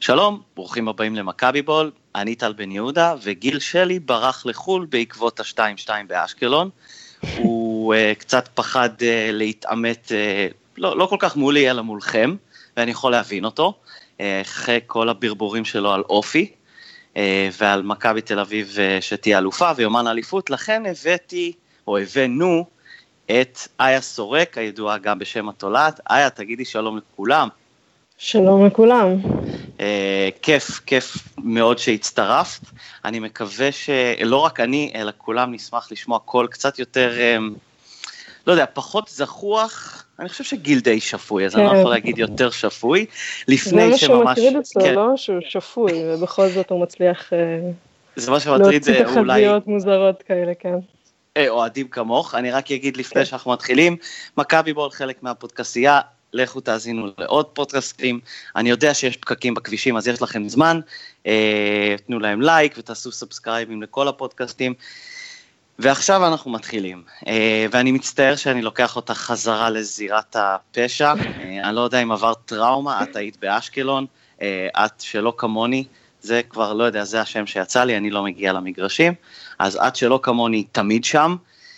שלום, ברוכים הבאים למכבי בול, אני טל בן יהודה, וגיל שלי ברח לחול בעקבות ה-2-2 באשקלון. הוא קצת פחד להתאמת, לא כל כך מולי, אלא מולכם, ואני יכול להבין אותו, אחרי כל הברבורים שלו על אופי, ועל מכבי תל אביב שתהיה אלופה ויומן אליפות, לכן הבאנו את איה סורק, הידועה גם בשם התולעת. איה, תגידי שלום לכולם. שלום לכולם. כיף מאוד שהצטרפת. אני מקווה שלא רק אני, אלא כולם נשמח לשמוע קול קצת יותר, לא יודע, פחות זכוח. אני חושב שגיל די שפוי, אז אני לא יכול להגיד יותר שפוי. זה מה שמטריד אצלו, לא? שהוא שפוי, ובכל זאת הוא מצליח להוציא תחזיות מוזרות כאלה, כן. אוהדים כמוך. אני רק אגיד לפני שאנחנו מתחילים, מכבי בול חלק מהפודקאסייה, לכו תאזינו לעוד פודקאסטים, אני יודע שיש פקקים בכבישים, אז יש לכם זמן, תנו להם לייק ותעשו סאבסקרייבים לכל הפודקאסטים, ועכשיו אנחנו מתחילים, ואני מצטער שאני לוקח אותה חזרה לזירת הפשע, אני לא יודע אם עברת טראומה, את היית באשקלון, את שלא כמוני, זה כבר לא יודע, זה השם שיצא לי, אני לא מגיע למגרשים, אז את שלא כמוני תמיד שם,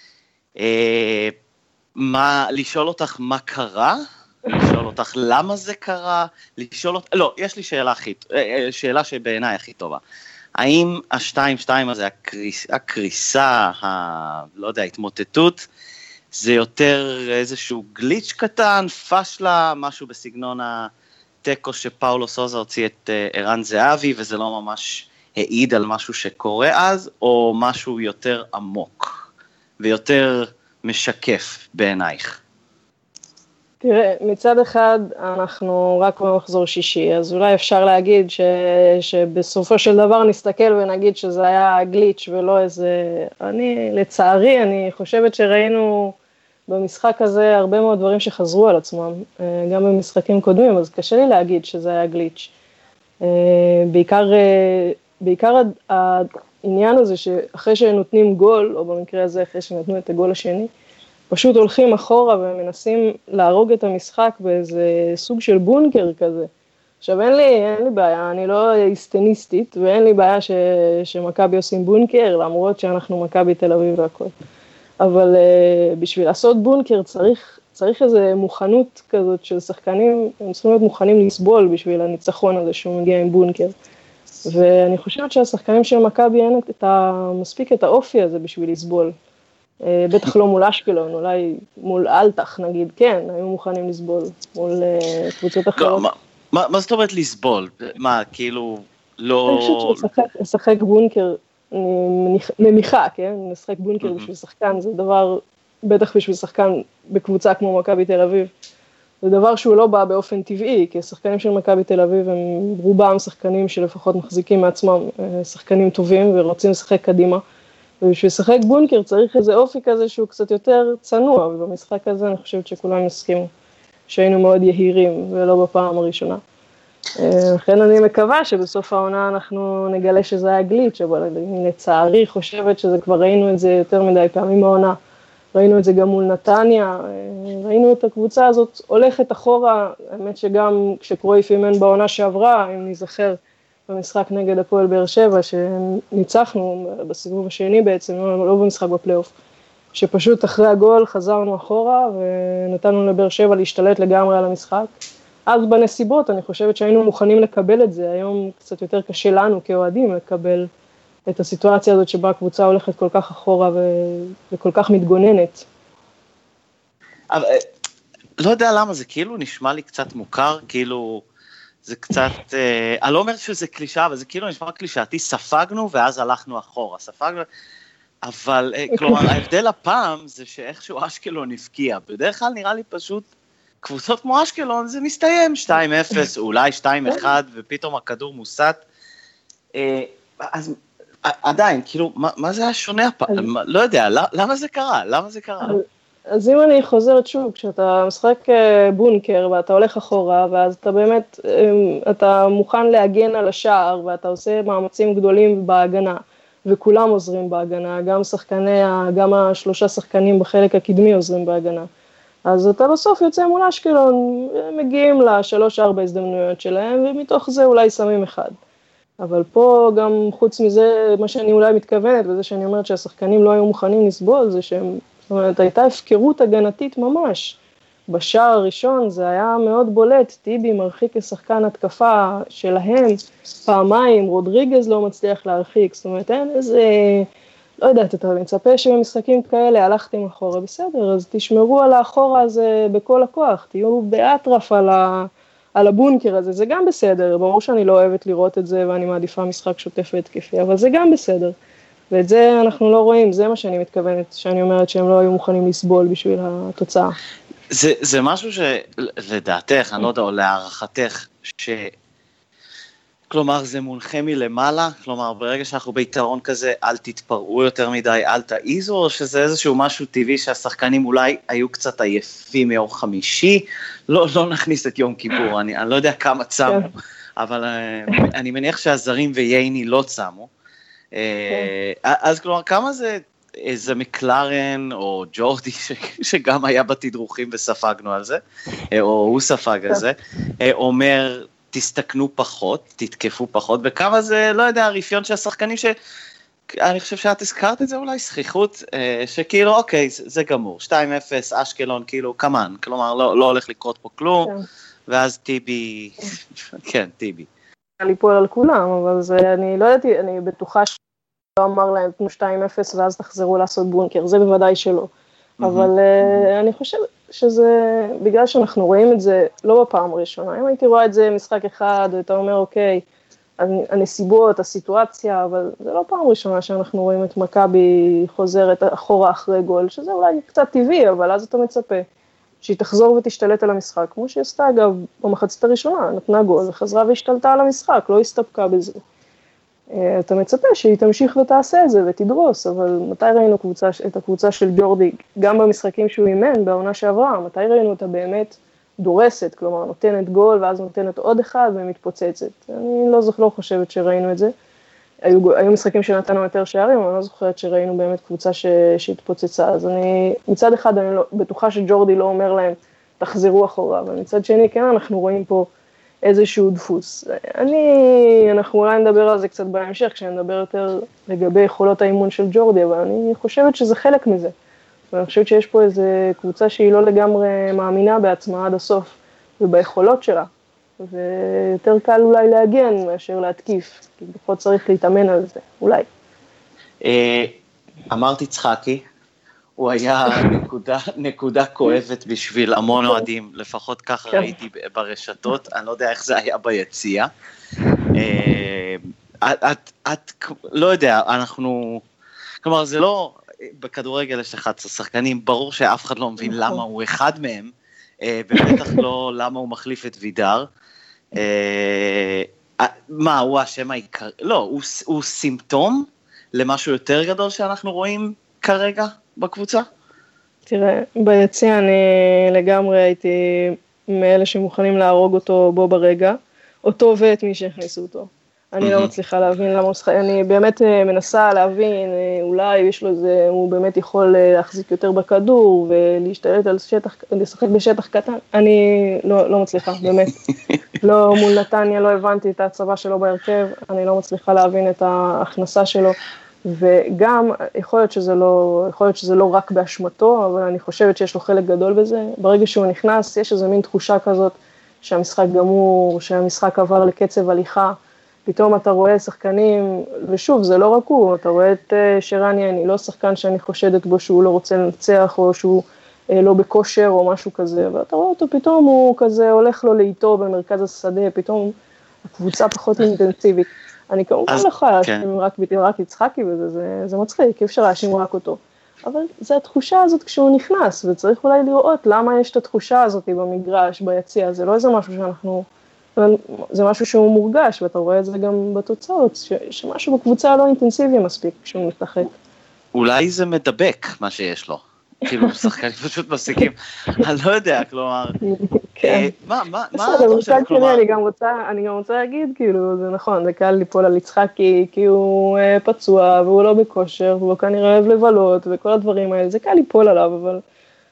לשאול אותך מה קרה, לשאול אותך למה זה קרה, לא, יש לי שאלה שבעיניי הכי טובה. האם ה-2-2 הזה, הקריסה, לא יודע, התמוטטות, זה יותר איזשהו גליץ' קטן, פשלה, משהו בסגנון הטקו שפאולו סוזה הוציא את ערן זהבי, וזה לא ממש העיד על משהו שקורה אז, או משהו יותר עמוק, ויותר משקף בעינייך? תראה, מצד אחד אנחנו רק במחזור שישי, אז אולי אפשר להגיד שבסופו של דבר נסתכל ונגיד שזה היה גליץ' ולא איזה, לצערי, אני חושבת שראינו במשחק הזה הרבה מאוד דברים שחזרו על עצמם, גם במשחקים קודמים, אז קשה לי להגיד שזה היה גליץ'. בעיקר העניין הזה שאחרי שנותנים גול, או במקרה הזה אחרי שנתנו את הגול השני, פשוט הולכים אחורה ומנסים להרוג את המשחק באיזה סוג של בונקר כזה. עכשיו אין לי בעיה, אני לא היסטניסטית, ואין לי בעיה שמכבי עושים בונקר, למרות שאנחנו מכבי תל אביב והכל. אבל בשביל לעשות בונקר צריך איזו מוכנות כזאת של שחקנים, הם צריכים להיות מוכנים לסבול בשביל הניצחון הזה שהוא מגיע עם בונקר. ואני חושבת שהשחקנים של מכבי אין מספיק את האופי הזה בשביל לסבול. בטח לא מול אשקלון, אולי מול אלתח נגיד, כן, היו מוכנים לסבול, מול קבוצות אחרות. מה זאת אומרת לסבול? מה, כאילו, לא... אני חושבת לשחק בונקר, אני מניחה, כן? לשחק בונקר בשביל שחקן, זה דבר, בטח בשביל שחקן בקבוצה כמו מכבי תל אביב, זה דבר שהוא לא בא באופן טבעי, כי השחקנים של מכבי תל אביב הם רובם שחקנים שלפחות מחזיקים מעצמם, שחקנים טובים ורוצים לשחק קדימה, ובשביל לשחק בונקר צריך איזה אופי כזה שהוא קצת יותר צנוע, ובמשחק הזה אני חושבת שכולם יסכימו שהיינו מאוד יהירים ולא בפעם הראשונה. לכן אני מקווה שבסוף העונה אנחנו נגלה שזה היה גליץ', אבל אני לצערי חושבת שזה כבר ראינו את זה יותר מדי פעמים העונה, ראינו את זה גם מול נתניה, ראינו את הקבוצה הזאת הולכת אחורה, האמת שגם כשקרויף אימן בעונה שעברה, אם נזכר, במשחק נגד הפועל באר שבע, שניצחנו בסיבוב השני בעצם, לא במשחק בפלייאוף, שפשוט אחרי הגול חזרנו אחורה, ונתנו לבאר שבע להשתלט לגמרי על המשחק. אז בנסיבות אני חושבת שהיינו מוכנים לקבל את זה, היום קצת יותר קשה לנו כאוהדים לקבל את הסיטואציה הזאת שבה הקבוצה הולכת כל כך אחורה וכל כך מתגוננת. אבל לא יודע למה, זה כאילו נשמע לי קצת מוכר, כאילו... זה קצת, אני לא אומר שזה קלישה, אבל זה כאילו נשמע קלישאתי, ספגנו ואז הלכנו אחורה, אבל כלומר, ההבדל הפעם זה שאיכשהו אשקלון הפקיע, בדרך כלל נראה לי פשוט, קבוצות כמו אשקלון זה מסתיים, 2-0, אולי 2-1, ופתאום הכדור מוסט, אז עדיין, כאילו, מה זה השונה הפעם? לא יודע, למה זה קרה? אז אם אני חוזרת שוב, כשאתה משחק בונקר ואתה הולך אחורה, ואז אתה באמת, אתה מוכן להגן על השער, ואתה עושה מאמצים גדולים בהגנה, וכולם עוזרים בהגנה, גם השלושה שחקנים בחלק הקדמי עוזרים בהגנה. אז אתה בסוף יוצא מול אשקלון, מגיעים ל3-4 הזדמנויות שלהם, ומתוך זה אולי שמים אחד. אבל פה גם חוץ מזה, מה שאני אולי מתכוונת, וזה שאני אומרת שהשחקנים לא היו מוכנים לסבול, זה שהם, זאת אומרת, הייתה הפקרות הגנתית ממש. בשער הראשון זה היה מאוד בולט, טיבי מרחיק כשחקן התקפה שלהם, פעמיים, רודריגז לא מצליח להרחיק, זאת אומרת, אין איזה, לא יודעת, אתה מצפה שבמשחקים כאלה הלכתם אחורה, בסדר, אז תשמרו על האחורה הזה בכל הכוח, תהיו באטרף על הבונקר הזה, זה גם בסדר, ברור שאני לא אוהבת לראות את זה, ואני מעדיפה משחק שוטף והתקפי, אבל זה גם בסדר, ואת זה אנחנו לא רואים, זה מה שאני מתכוונת, שאני אומרת שהם לא היו מוכנים לסבול בשביל התוצאה. זה משהו שלדעתך, אני לא יודע, או להערכתך, כלומר זה מונחה מלמעלה, כלומר ברגע שאנחנו ביתרון כזה, אל תתפרעו יותר מדי, אל תעיזו, או שזה איזשהו משהו טבעי שהשחקנים אולי היו קצת עייפים מיום חמישי, לא נכניס את יום כיפור, אני לא יודע כמה צמו, אבל אני מניח שהזרים וייני לא צמו, אז כלומר כמה זה מקלרן או ג'ורדי שגם היה בתדרוכים וספגנו על זה, או הוא ספג על זה, אומר תסתכנו פחות, תתקפו פחות, וכמה זה, לא יודע, הרפיון של השחקנים אני חושב שאת הזכרת את זה אולי, שכיחות, שכאילו אוקיי, זה גמור, 2-0, אשקלון, כאילו, כמן, כלומר לא הולך לקרות פה כלום, ואז טיבי, כן, טיבי. ליפול על כולם, אבל זה, אני לא יודעתי, אני בטוחה לא אמר להם, תנו 2-0 ואז תחזרו לעשות בונקר, זה בוודאי שלא. אבל אני חושבת שזה, בגלל שאנחנו רואים את זה לא בפעם הראשונה, אם הייתי רואה את זה משחק אחד, ואתה אומר, אוקיי, הנסיבות, הסיטואציה, אבל זה לא פעם ראשונה שאנחנו רואים את מכבי חוזרת אחורה אחרי גול, שזה אולי קצת טבעי, אבל אז אתה מצפה שהיא תחזור ותשתלט על המשחק, כמו שהיא עשתה אגב במחצית הראשונה, נתנה גול וחזרה והשתלטה על המשחק, לא הסתפקה בזה. אתה מצפה שהיא תמשיך ותעשה את זה ותדרוס, אבל מתי ראינו את הקבוצה של ג'ורדי, גם במשחקים שהוא אימן בעונה שעברה, מתי ראינו אותה באמת דורסת, כלומר נותנת גול ואז נותנת עוד אחד ומתפוצצת. אני לא חושבת שראינו את זה. היו משחקים שנתנו יותר שערים, אבל אני לא זוכרת שראינו באמת קבוצה שהתפוצצה. אז מצד אחד אני בטוחה שג'ורדי לא אומר להם תחזרו אחורה, אבל מצד שני כן אנחנו רואים פה איזשהו דפוס. אנחנו אולי נדבר על זה קצת בהמשך, כשנדבר יותר לגבי יכולות האימון של ג'ורדי, אבל אני חושבת שזה חלק מזה. ואני חושבת שיש פה איזו קבוצה שהיא לא לגמרי מאמינה בעצמה עד הסוף, וביכולות שלה. ויותר קל אולי להגן מאשר להתקיף, כי לפחות צריך להתאמן על זה, אולי. אמרתי צחקי, הוא היה נקודה כואבת בשביל המון אוהדים, לפחות ככה ראיתי ברשתות, אני לא יודע איך זה היה ביציאה. את לא יודע, כלומר זה לא, בכדורגל יש 11 שחקנים, ברור שאף אחד לא מבין למה הוא אחד מהם, ובטח לא למה הוא מחליף את וידר. מה, הוא השם העיקר? לא, הוא סימפטום למשהו יותר גדול שאנחנו רואים כרגע בקבוצה? תראה, ביציע אני לגמרי הייתי מאלה שמוכנים להרוג אותו בו ברגע, אותו ואת מי שהכניסו אותו. אני לא מצליחה להבין למה הוא שחק, אני באמת מנסה להבין, אולי יש לו זה, הוא באמת יכול להחזיק יותר בכדור, ולהשתלט על שטח, לשחק בשטח קטן, אני לא מצליחה, באמת. לא מול נתניה, לא הבנתי את ההצבה שלו בהרכב, אני לא מצליחה להבין את ההכנסה שלו, וגם יכול להיות שזה לא רק באשמתו, אבל אני חושבת שיש לו חלק גדול בזה. ברגע שהוא נכנס, יש איזו מין תחושה כזאת שהמשחק גמור, שהמשחק עבר לקצב הליכה, פתאום אתה רואה שחקנים, ושוב, זה לא רק הוא, אתה רואה את שרני, אני לא שחקן שאני חושדת בו שהוא לא רוצה לנצח, או שהוא לא בכושר או משהו כזה, ואתה רואה אותו, פתאום הוא כזה הולך לו לאיתו במרכז השדה, פתאום הקבוצה פחות אינטנסיבית. אני כמובן לא יכולה להאשים רק יצחקי וזה, זה מצחיק, אי אפשר להאשים רק אותו. אבל זה התחושה הזאת כשהוא נכנס, וצריך אולי לראות למה יש את התחושה הזאת במגרש, ביציע, זה לא איזה משהו שאנחנו, זה משהו שהוא מורגש, ואתה רואה את זה גם בתוצאות, שמשהו בקבוצה לא אינטנסיבי מספיק כשהוא מתחק. אולי זה מדבק מה שיש לו. כאילו, שחקנים פשוט מפסיקים, אני לא יודע, כלומר, מה אתה חושב, כלומר? אני גם רוצה להגיד, כאילו, זה נכון, זה קל ליפול על יצחקי, כי הוא פצוע, והוא לא בכושר, והוא כנראה אוהב לבלות, וכל הדברים האלה, זה קל ליפול עליו, אבל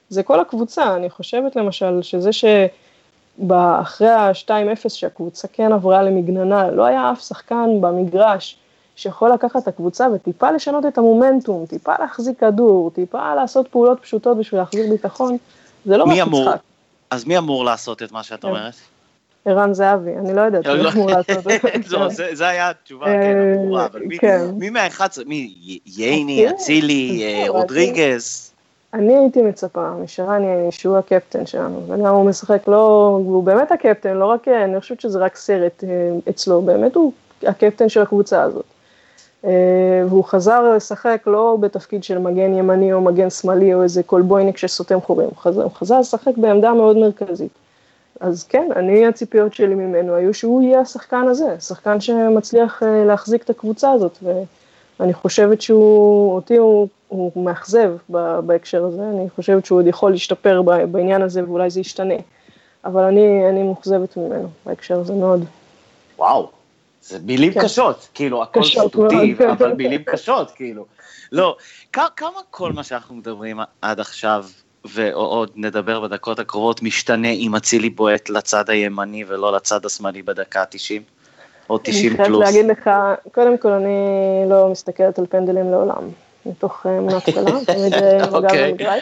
זה כל הקבוצה, אני חושבת למשל שזה אחרי ה-2-0 שהקבוצה כן עברה למגננה, לא היה אף שחקן במגרש שיכול לקחת את הקבוצה וטיפה לשנות את המומנטום, טיפה להחזיק כדור, טיפה לעשות פעולות פשוטות בשביל להחזיר ביטחון, זה לא רק משחק. אז מי אמור לעשות את מה שאת אומרת? ערן זהבי, אני לא יודעת מי אמור לעשות את זה. זה היה התשובה, כן, אמורה, אבל מי מה-11, מי ייני, אצילי, רודריגז? אני הייתי מצפה משרן ייני, שהוא הקפטן שלנו, וגם הוא משחק לא, הוא באמת הקפטן, לא רק, אני חושבת שזה רק סרט אצלו, באמת הוא הקפטן של הקבוצה הזאת. והוא חזר לשחק לא בתפקיד של מגן ימני או מגן שמאלי או איזה קולבויניק שסותם חורים, הוא חזר לשחק בעמדה מאוד מרכזית. אז כן, הציפיות שלי ממנו היו שהוא יהיה השחקן הזה, שחקן שמצליח להחזיק את הקבוצה הזאת, ואני חושבת אותי הוא מאכזב בהקשר הזה, אני חושבת שהוא עוד יכול להשתפר בעניין הזה ואולי זה ישתנה, אבל אני מוכזבת ממנו בהקשר הזה מאוד. וואו. זה מילים קשות, כאילו, הכל שטותי, אבל מילים קשות, כאילו. לא, כמה כל מה שאנחנו מדברים עד עכשיו, ועוד נדבר בדקות הקרובות, משתנה אם אצילי בועט לצד הימני ולא לצד השמאלי בדקה 90, או 90 פלוס. אני חייבת להגיד לך, קודם כל אני לא מסתכלת על פנדלים לעולם, מתוך מנת קלה, תמיד מגע במגרש.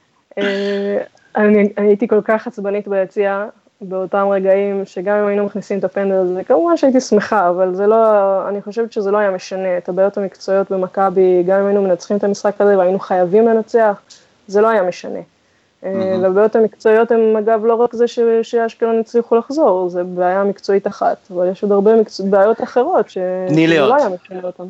אני הייתי כל כך עצבנית ביציאה, באותם רגעים שגם אם היינו מכניסים את הפנדל הזה, כמובן שהייתי שמחה, אבל זה לא, אני חושבת שזה לא היה משנה, את הבעיות המקצועיות במכבי, גם אם היינו מנצחים את המשחק הזה והיינו חייבים לנצח, זה לא היה משנה. לבעיות המקצועיות הם אגב לא רק זה שאשקלון הצליחו לחזור, זה בעיה מקצועית אחת, אבל יש עוד הרבה בעיות אחרות שזה לא היה משנה אותם.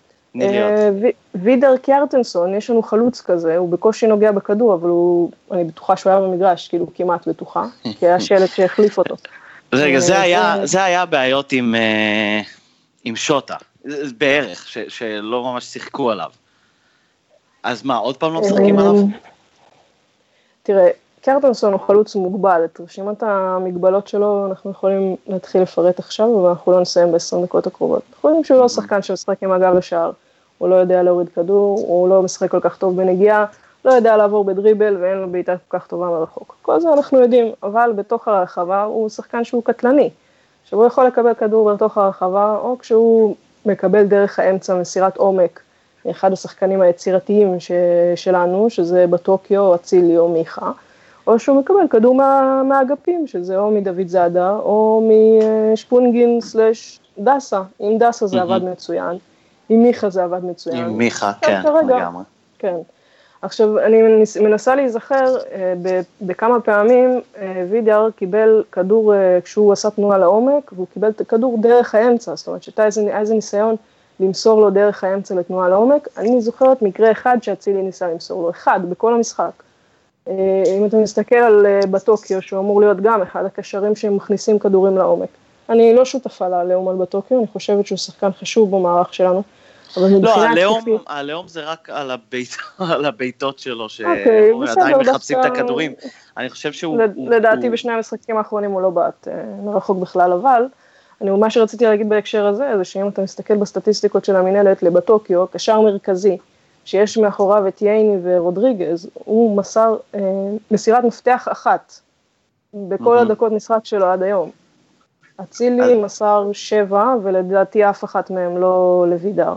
וידר קיארטנסון, יש לנו חלוץ כזה, הוא בקושי נוגע בכדור, אבל אני בטוחה שהוא היה במגרש, כאילו כמעט בטוחה, כי היה שלט שהחליף אותו. רגע, זה היה בעיות עם שוטה, בערך, שלא ממש שיחקו עליו. אז מה, עוד פעם לא משחקים עליו? תראה, קיארטנסון הוא חלוץ מוגבל, את רשימת המגבלות שלו אנחנו יכולים להתחיל לפרט עכשיו, אבל אנחנו לא נסיים ב-20 דקות הקרובות. אנחנו יודעים שהוא לא שחקן שמשחק עם הגב לשער, הוא לא יודע להוריד כדור, הוא לא משחק כל כך טוב בנגיעה, לא יודע לעבור בדריבל ואין לו בעיטה כל כך טובה מרחוק. כל זה אנחנו יודעים, אבל בתוך הרחבה הוא שחקן שהוא קטלני, שהוא יכול לקבל כדור בתוך הרחבה, או כשהוא מקבל דרך האמצע מסירת עומק, אחד השחקנים היצירתיים שלנו, שזה בטוקיו, אצילי או מיכה, או שהוא מקבל כדור מהאגפים, שזה או מדוד זאדה, או משפונגין/דסה. עם דסה זה עבד מצוין, עם מיכה זה עבד מצוין. עם מיכה, כן, לגמרי. כן. עכשיו, אני מנסה להיזכר, בכמה פעמים וידר קיבל כדור כשהוא עשה תנועה לעומק, והוא קיבל את הכדור דרך האמצע, זאת אומרת שהייתה איזה ניסיון למסור לו דרך האמצע לתנועה לעומק. אני זוכרת מקרה אחד שאצילי ניסה למסור לו, אחד בכל המשחק. אם אתה מסתכל על בטוקיו, שהוא אמור להיות גם אחד הקשרים שמכניסים כדורים לעומק. אני לא שותפה לעליהום על בטוקיו, אני חושבת שהוא שחקן חשוב במערך שלנו. לא, העליהום זה רק על הביתות שלו, שעדיין מחפשים את הכדורים. אני חושב שהוא... לדעתי בשני המשחקים האחרונים הוא לא בעט מרחוק בכלל, אבל מה שרציתי להגיד בהקשר הזה, זה שאם אתה מסתכל בסטטיסטיקות של המנהלת לבטוקיו, קשר מרכזי, שיש מאחוריו את ייני ורודריגז, הוא מסר מסירת מפתח אחת, בכל הדקות משחק שלו עד היום. אצילי מסר 7, ולדעתי אף אחת מהם לא לוידר.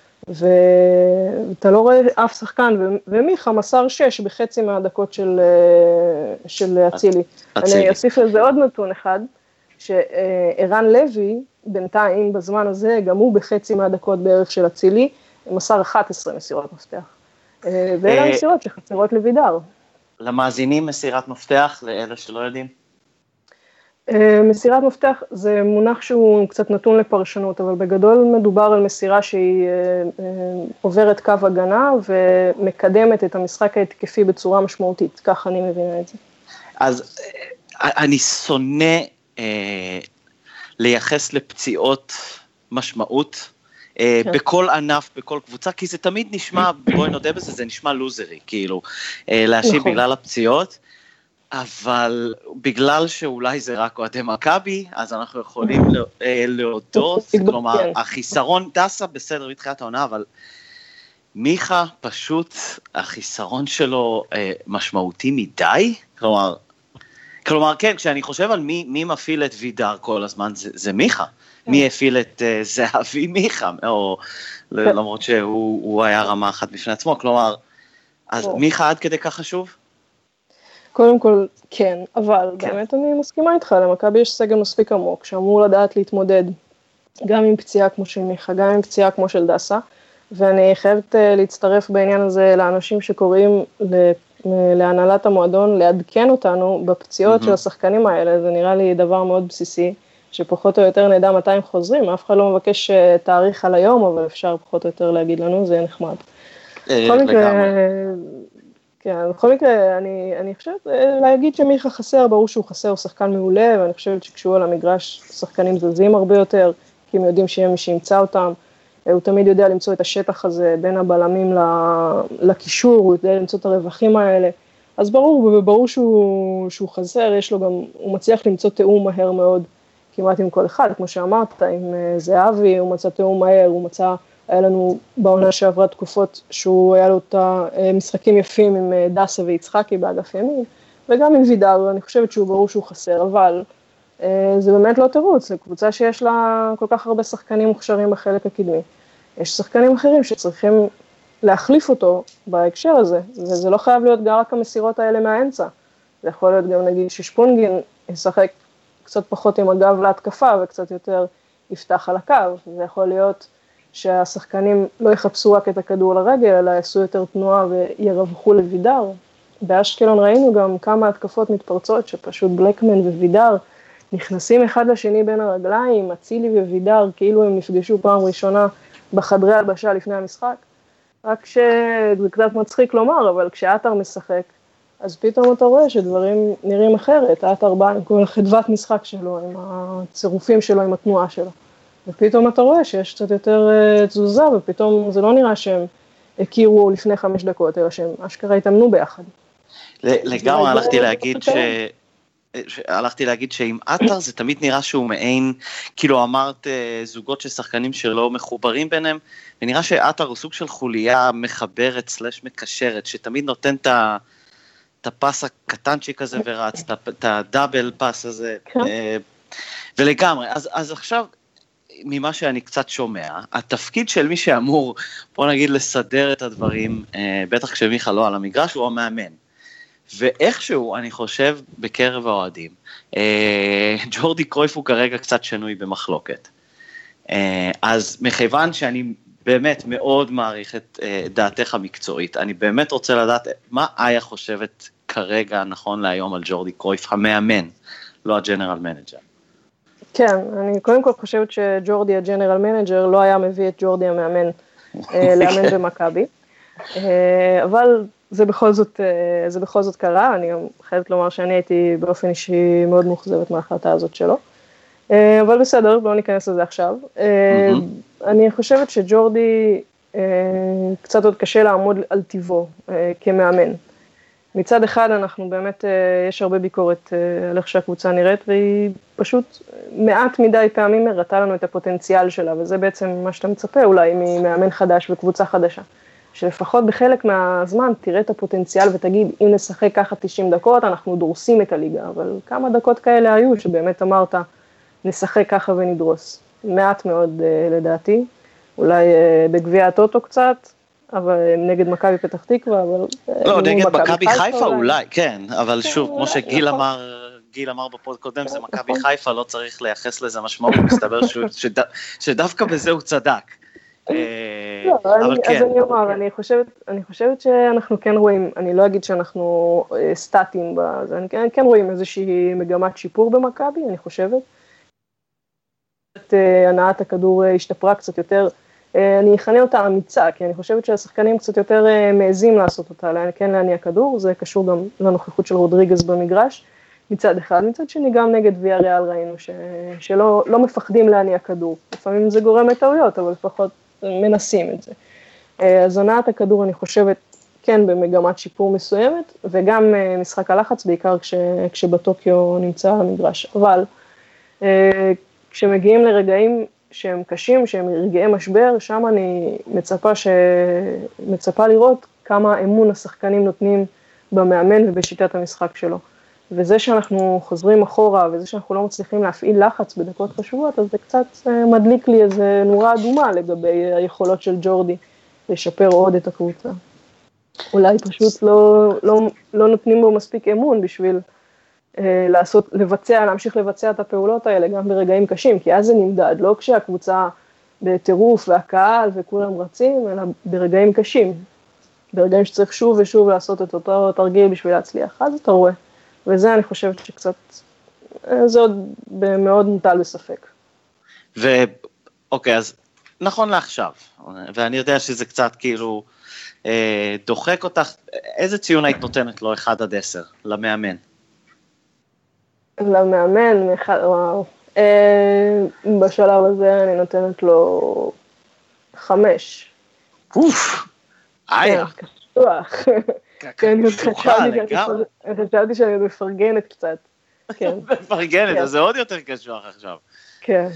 ואתה לא רואה אף שחקן, ומיכה מסר 6 בחצי מהדקות של אצילי. אני אוסיף לזה עוד נתון אחד, שערן לוי, בינתיים בזמן הזה, גם הוא בחצי מהדקות בערך של אצילי, מסר 11 מסירות מפתח. ואלה המסירות שחסרות לוידר. למאזינים מסירת מפתח, לאלה שלא יודעים? מסירת מפתח זה מונח שהוא קצת נתון לפרשנות, אבל בגדול מדובר על מסירה שהיא עוברת קו הגנה ומקדמת את המשחק ההתקפי בצורה משמעותית, כך אני מבינה את זה. אז אני שונא לייחס לפציעות משמעות, בכל ענף, בכל קבוצה, כי זה תמיד נשמע, בואי נודה בזה, זה נשמע לוזרי, כאילו, להשיב בגלל הפציעות, אבל בגלל שאולי זה רק אוהדי מכבי, אז אנחנו יכולים להודות, כלומר, החיסרון דסה בסדר בתחילת העונה, אבל מיכה פשוט, החיסרון שלו משמעותי מדי, כלומר, כן, כשאני חושב על מי מפעיל את וידר כל הזמן, זה מיכה. מי הפעיל את זהבי מיכה, או למרות שהוא היה רמה אחת בפני עצמו, כלומר, אז מיכה עד כדי כך חשוב? קודם כל, כן, אבל באמת אני מסכימה איתך, למכבי יש סגל מספיק עמוק, שאמור לדעת להתמודד, גם עם פציעה כמו של מיכה, גם עם פציעה כמו של דסה, ואני חייבת להצטרף בעניין הזה לאנשים שקוראים להנהלת המועדון, לעדכן אותנו בפציעות של השחקנים האלה, זה נראה לי דבר מאוד בסיסי, שפחות או יותר נדע מתי הם חוזרים, אף אחד לא מבקש תאריך על היום, אבל אפשר פחות או יותר להגיד לנו, זה נחמד. בכל מקרה, אני חושבת להגיד שמיכה חסר, ברור שהוא חסר, הוא שחקן מעולה, ואני חושבת שכשהוא על המגרש, שחקנים זזים הרבה יותר, כי הם יודעים שיהיה מי שימצא אותם, הוא תמיד יודע למצוא את השטח הזה בין הבלמים לקישור, הוא יודע למצוא את הרווחים האלה, אז ברור שהוא חסר, יש לו גם, הוא מצליח למצוא תאום מהר מאוד, כמעט עם כל אחד, כמו שאמרת, עם זהבי, הוא מצא תאום מהר, היה לנו בעונה שעברה תקופות שהוא היה לו את המשחקים יפים עם דסה ויצחקי באגף ימין, וגם עם וידר, אני חושבת שהוא ברור שהוא חסר, אבל זה באמת לא תירוץ, זו קבוצה שיש לה כל כך הרבה שחקנים מוכשרים בחלק הקדמי. יש שחקנים אחרים שצריכים להחליף אותו בהקשר הזה, וזה לא חייב להיות רק המסירות האלה מהאמצע. זה יכול להיות גם נגיד ששפונגין ישחק קצת פחות עם הגב להתקפה וקצת יותר יפתח על הקו, זה יכול להיות שהשחקנים לא יחפשו רק את הכדור לרגל, אלא יעשו יותר תנועה וירווחו לוידר. באשקלון ראינו גם כמה התקפות מתפרצות, שפשוט בלקמן ווידר נכנסים אחד לשני בין הרגליים, אצילי ווידר, כאילו הם נפגשו פעם ראשונה בחדרי הלבשה לפני המשחק. רק שזה קצת מצחיק לומר, אבל כשאתר משחק, אז פתאום אתה רואה שדברים נראים אחרת. אתר בא עם כל החדוות משחק שלו, עם הצירופים שלו, עם התנועה שלו. ופתאום אתה רואה שיש קצת יותר תזוזה, ופתאום זה לא נראה שהם הכירו לפני 5 דקות, אלא שהם אשכרה התאמנו ביחד. לגמרי הלכתי להגיד שעם אתר זה תמיד נראה שהוא מעין, כאילו אמרת זוגות של שחקנים שלא מחוברים ביניהם, ונראה שאתר הוא סוג של חוליה מחברת סלש מקשרת, שתמיד נותן את הפס הקטנצ'יק הזה ורץ, את הדאבל פס הזה, ולגמרי, אז עכשיו, ממה שאני קצת שומע, התפקיד של מי שאמור, בוא נגיד, לסדר את הדברים, בטח כשמיכה לא על המגרש, הוא המאמן. ואיכשהו, אני חושב, בקרב האוהדים, ג'ורדי קרויף הוא כרגע קצת שנוי במחלוקת. אז מכיוון שאני באמת מאוד מעריך את דעתך המקצועית, אני באמת רוצה לדעת מה איה חושבת כרגע נכון להיום על ג'ורדי קרויף, המאמן, לא הג'נרל מנג'ר. כן, אני קודם כל חושבת שג'ורדי הג'נרל מנג'ר לא היה מביא את ג'ורדי המאמן לאמן במכבי, אבל זה בכל זאת קרה, אני גם חייבת לומר שאני הייתי באופן אישי מאוד מוחזבת מההחלטה הזאת שלו, אבל בסדר, לא ניכנס לזה עכשיו. אני חושבת שג'ורדי קצת עוד קשה לעמוד על טיבו כמאמן. מצד אחד אנחנו באמת, יש הרבה ביקורת על איך שהקבוצה נראית, והיא פשוט מעט מדי פעמים הראתה לנו את הפוטנציאל שלה, וזה בעצם מה שאתה מצפה אולי ממאמן חדש וקבוצה חדשה. שלפחות בחלק מהזמן תראה את הפוטנציאל ותגיד, אם נשחק ככה 90 דקות, אנחנו דורסים את הליגה, אבל כמה דקות כאלה היו שבאמת אמרת, נשחק ככה ונדרוס. מעט מאוד לדעתי, אולי בגביע הטוטו קצת, אבל נגד מכבי פתח תקווה, אבל... לא, נגד מכבי חיפה אולי, כן, אבל שוב, כמו שגיל אמר בפוד קודם, זה מכבי חיפה, לא צריך לייחס לזה משמעות, מסתבר שדווקא בזה הוא צדק. אז אני אומר, אני חושבת שאנחנו כן רואים, אני לא אגיד שאנחנו סטטים, אני כן רואים איזושהי מגמת שיפור במכבי, אני חושבת. הנעת הכדור השתפרה קצת יותר, אני אכנה אותה אמיצה, כי אני חושבת שהשחקנים קצת יותר מעזים לעשות אותה, כן להניע כדור, זה קשור גם לנוכחות של רודריגז במגרש, מצד אחד, מצד שני גם נגד ויאריאל ראינו שלא מפחדים להניע כדור, לפעמים זה גורם לטעויות, אבל לפחות מנסים את זה. אז הנעת הכדור אני חושבת כן במגמת שיפור מסוימת, וגם משחק הלחץ בעיקר כשבטוקיו נמצא על המגרש, אבל כשמגיעים לרגעים שהם קשים, שהם רגעי משבר, שם אני מצפה לראות כמה אמון השחקנים נותנים במאמן ובשיטת המשחק שלו. וזה שאנחנו חוזרים אחורה, וזה שאנחנו לא מצליחים להפעיל לחץ בדקות חשובות, אז זה קצת מדליק לי איזה נורה אדומה לגבי היכולות של ג'ורדי לשפר עוד את הקבוצה. אולי פשוט לא נותנים בו מספיק אמון בשביל להמשיך לבצע את הפעולות האלה גם ברגעים קשים, כי אז זה נמדד, לא כשהקבוצה בטירוף והקהל וכולם רצים, אלא ברגעים קשים, ברגעים שצריך שוב ושוב לעשות את אותו תרגיל בשביל להצליח, אז אתה רואה. וזה אני חושבת שקצת, זה עוד מאוד מוטל בספק. אוקיי, אז נכון לעכשיו, ואני יודע שזה קצת כאילו דוחק אותך, איזה ציון היית נותנת לו 1-10 למאמן? למאמן, וואו. בשלב הזה אני נותנת לו 5. אוף, קשוח. חשבתי שאני מפרגנת קצת. מפרגנת, אז זה עוד יותר קשוח עכשיו. כן.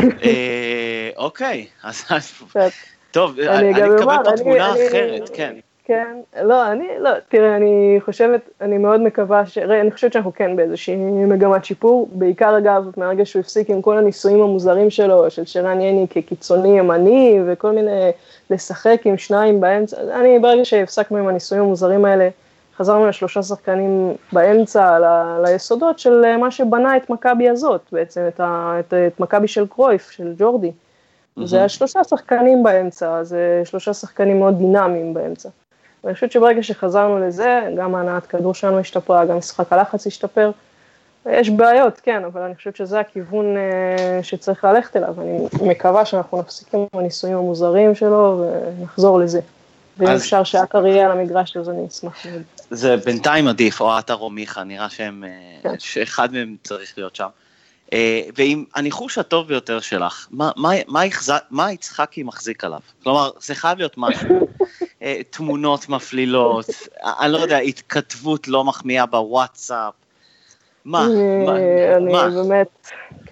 אוקיי, אז טוב, אני מקבל פה תמונה אחרת, כן. כן, תראה, אני מאוד מקווה, אני חושבת שאנחנו כן באיזושהי מגמת שיפור, בעיקר אגב, מהרגע שהוא הפסיק עם כל הניסויים המוזרים שלו, של שרן יני כקיצוני ימני, וכל מיני לשחק עם שניים באמצע, ברגע שהפסקנו עם הניסויים המוזרים האלה, חזרנו ל3 שחקנים באמצע, ליסודות של מה שבנה את מכבי הזאת, בעצם את מכבי של קרויף, של ג'ורדי. זה 3 שחקנים באמצע, זה 3 שחקנים מאוד דינמיים באמצע. ואני חושבת שברגע שחזרנו לזה, גם הנעת כדור שלנו השתפרה, גם משחק הלחץ השתפר. יש בעיות, כן, אבל אני חושבת שזה הכיוון שצריך ללכת אליו. אני מקווה שאנחנו נפסיק עם הניסויים המוזרים שלו ונחזור לזה. ואם אפשר שהאקר יהיה על המגרש, אז אני אשמח מאוד. זה בינתיים עדיף, או האקר או מיכה, נראה שאחד מהם צריך להיות שם. ועם הניחוש הטוב ביותר שלך, מה יצחקי מחזיק עליו? כלומר, זה חייב להיות משהו, תמונות מפלילות, אני לא יודע, התכתבות לא מחמיאה בוואטסאפ, מה? אני באמת,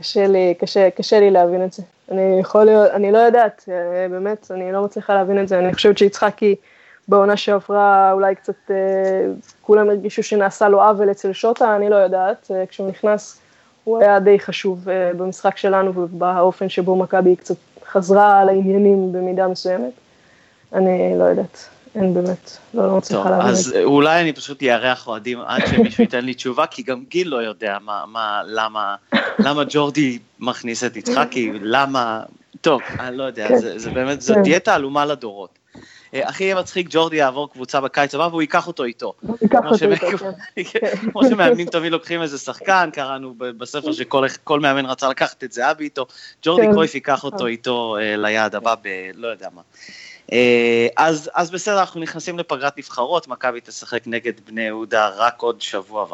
קשה לי להבין את זה. אני לא יודעת, באמת, אני לא מצליחה להבין את זה, אני חושבת שיצחקי בעונה שעברה, אולי קצת, כולם הרגישו שנעשה לו עוול אצל שוטה, אני לא יודעת, כשהוא נכנס, הוא היה די חשוב במשחק שלנו, ובאופן שבו מכבי קצת חזרה לעניינים במידה מסוימת. אני לא יודעת, אין באמת, לא מצליחה להבין את זה. אז אולי אני פשוט יארח אוהדים עד שמישהו ייתן לי תשובה, כי גם גיל לא יודע למה ג'ורדי מכניס את יצחקי, למה, טוב, אני לא יודע, זה באמת, זו דיאטה עלומה לדורות. הכי יהיה מצחיק, ג'ורדי יעבור קבוצה בקיץ הבא, והוא ייקח אותו איתו. כמו שמאמנים תמיד לוקחים איזה שחקן, קראנו בספר שכל מאמן רצה לקחת את זה אבי איתו, ג'ורדי קרויף ייקח אותו איתו ליעד הבא לא יודע מה. אז בסדר, אנחנו נכנסים לפגרת נבחרות, מכבי תשחק נגד בני יהודה רק עוד 1.5 שבוע,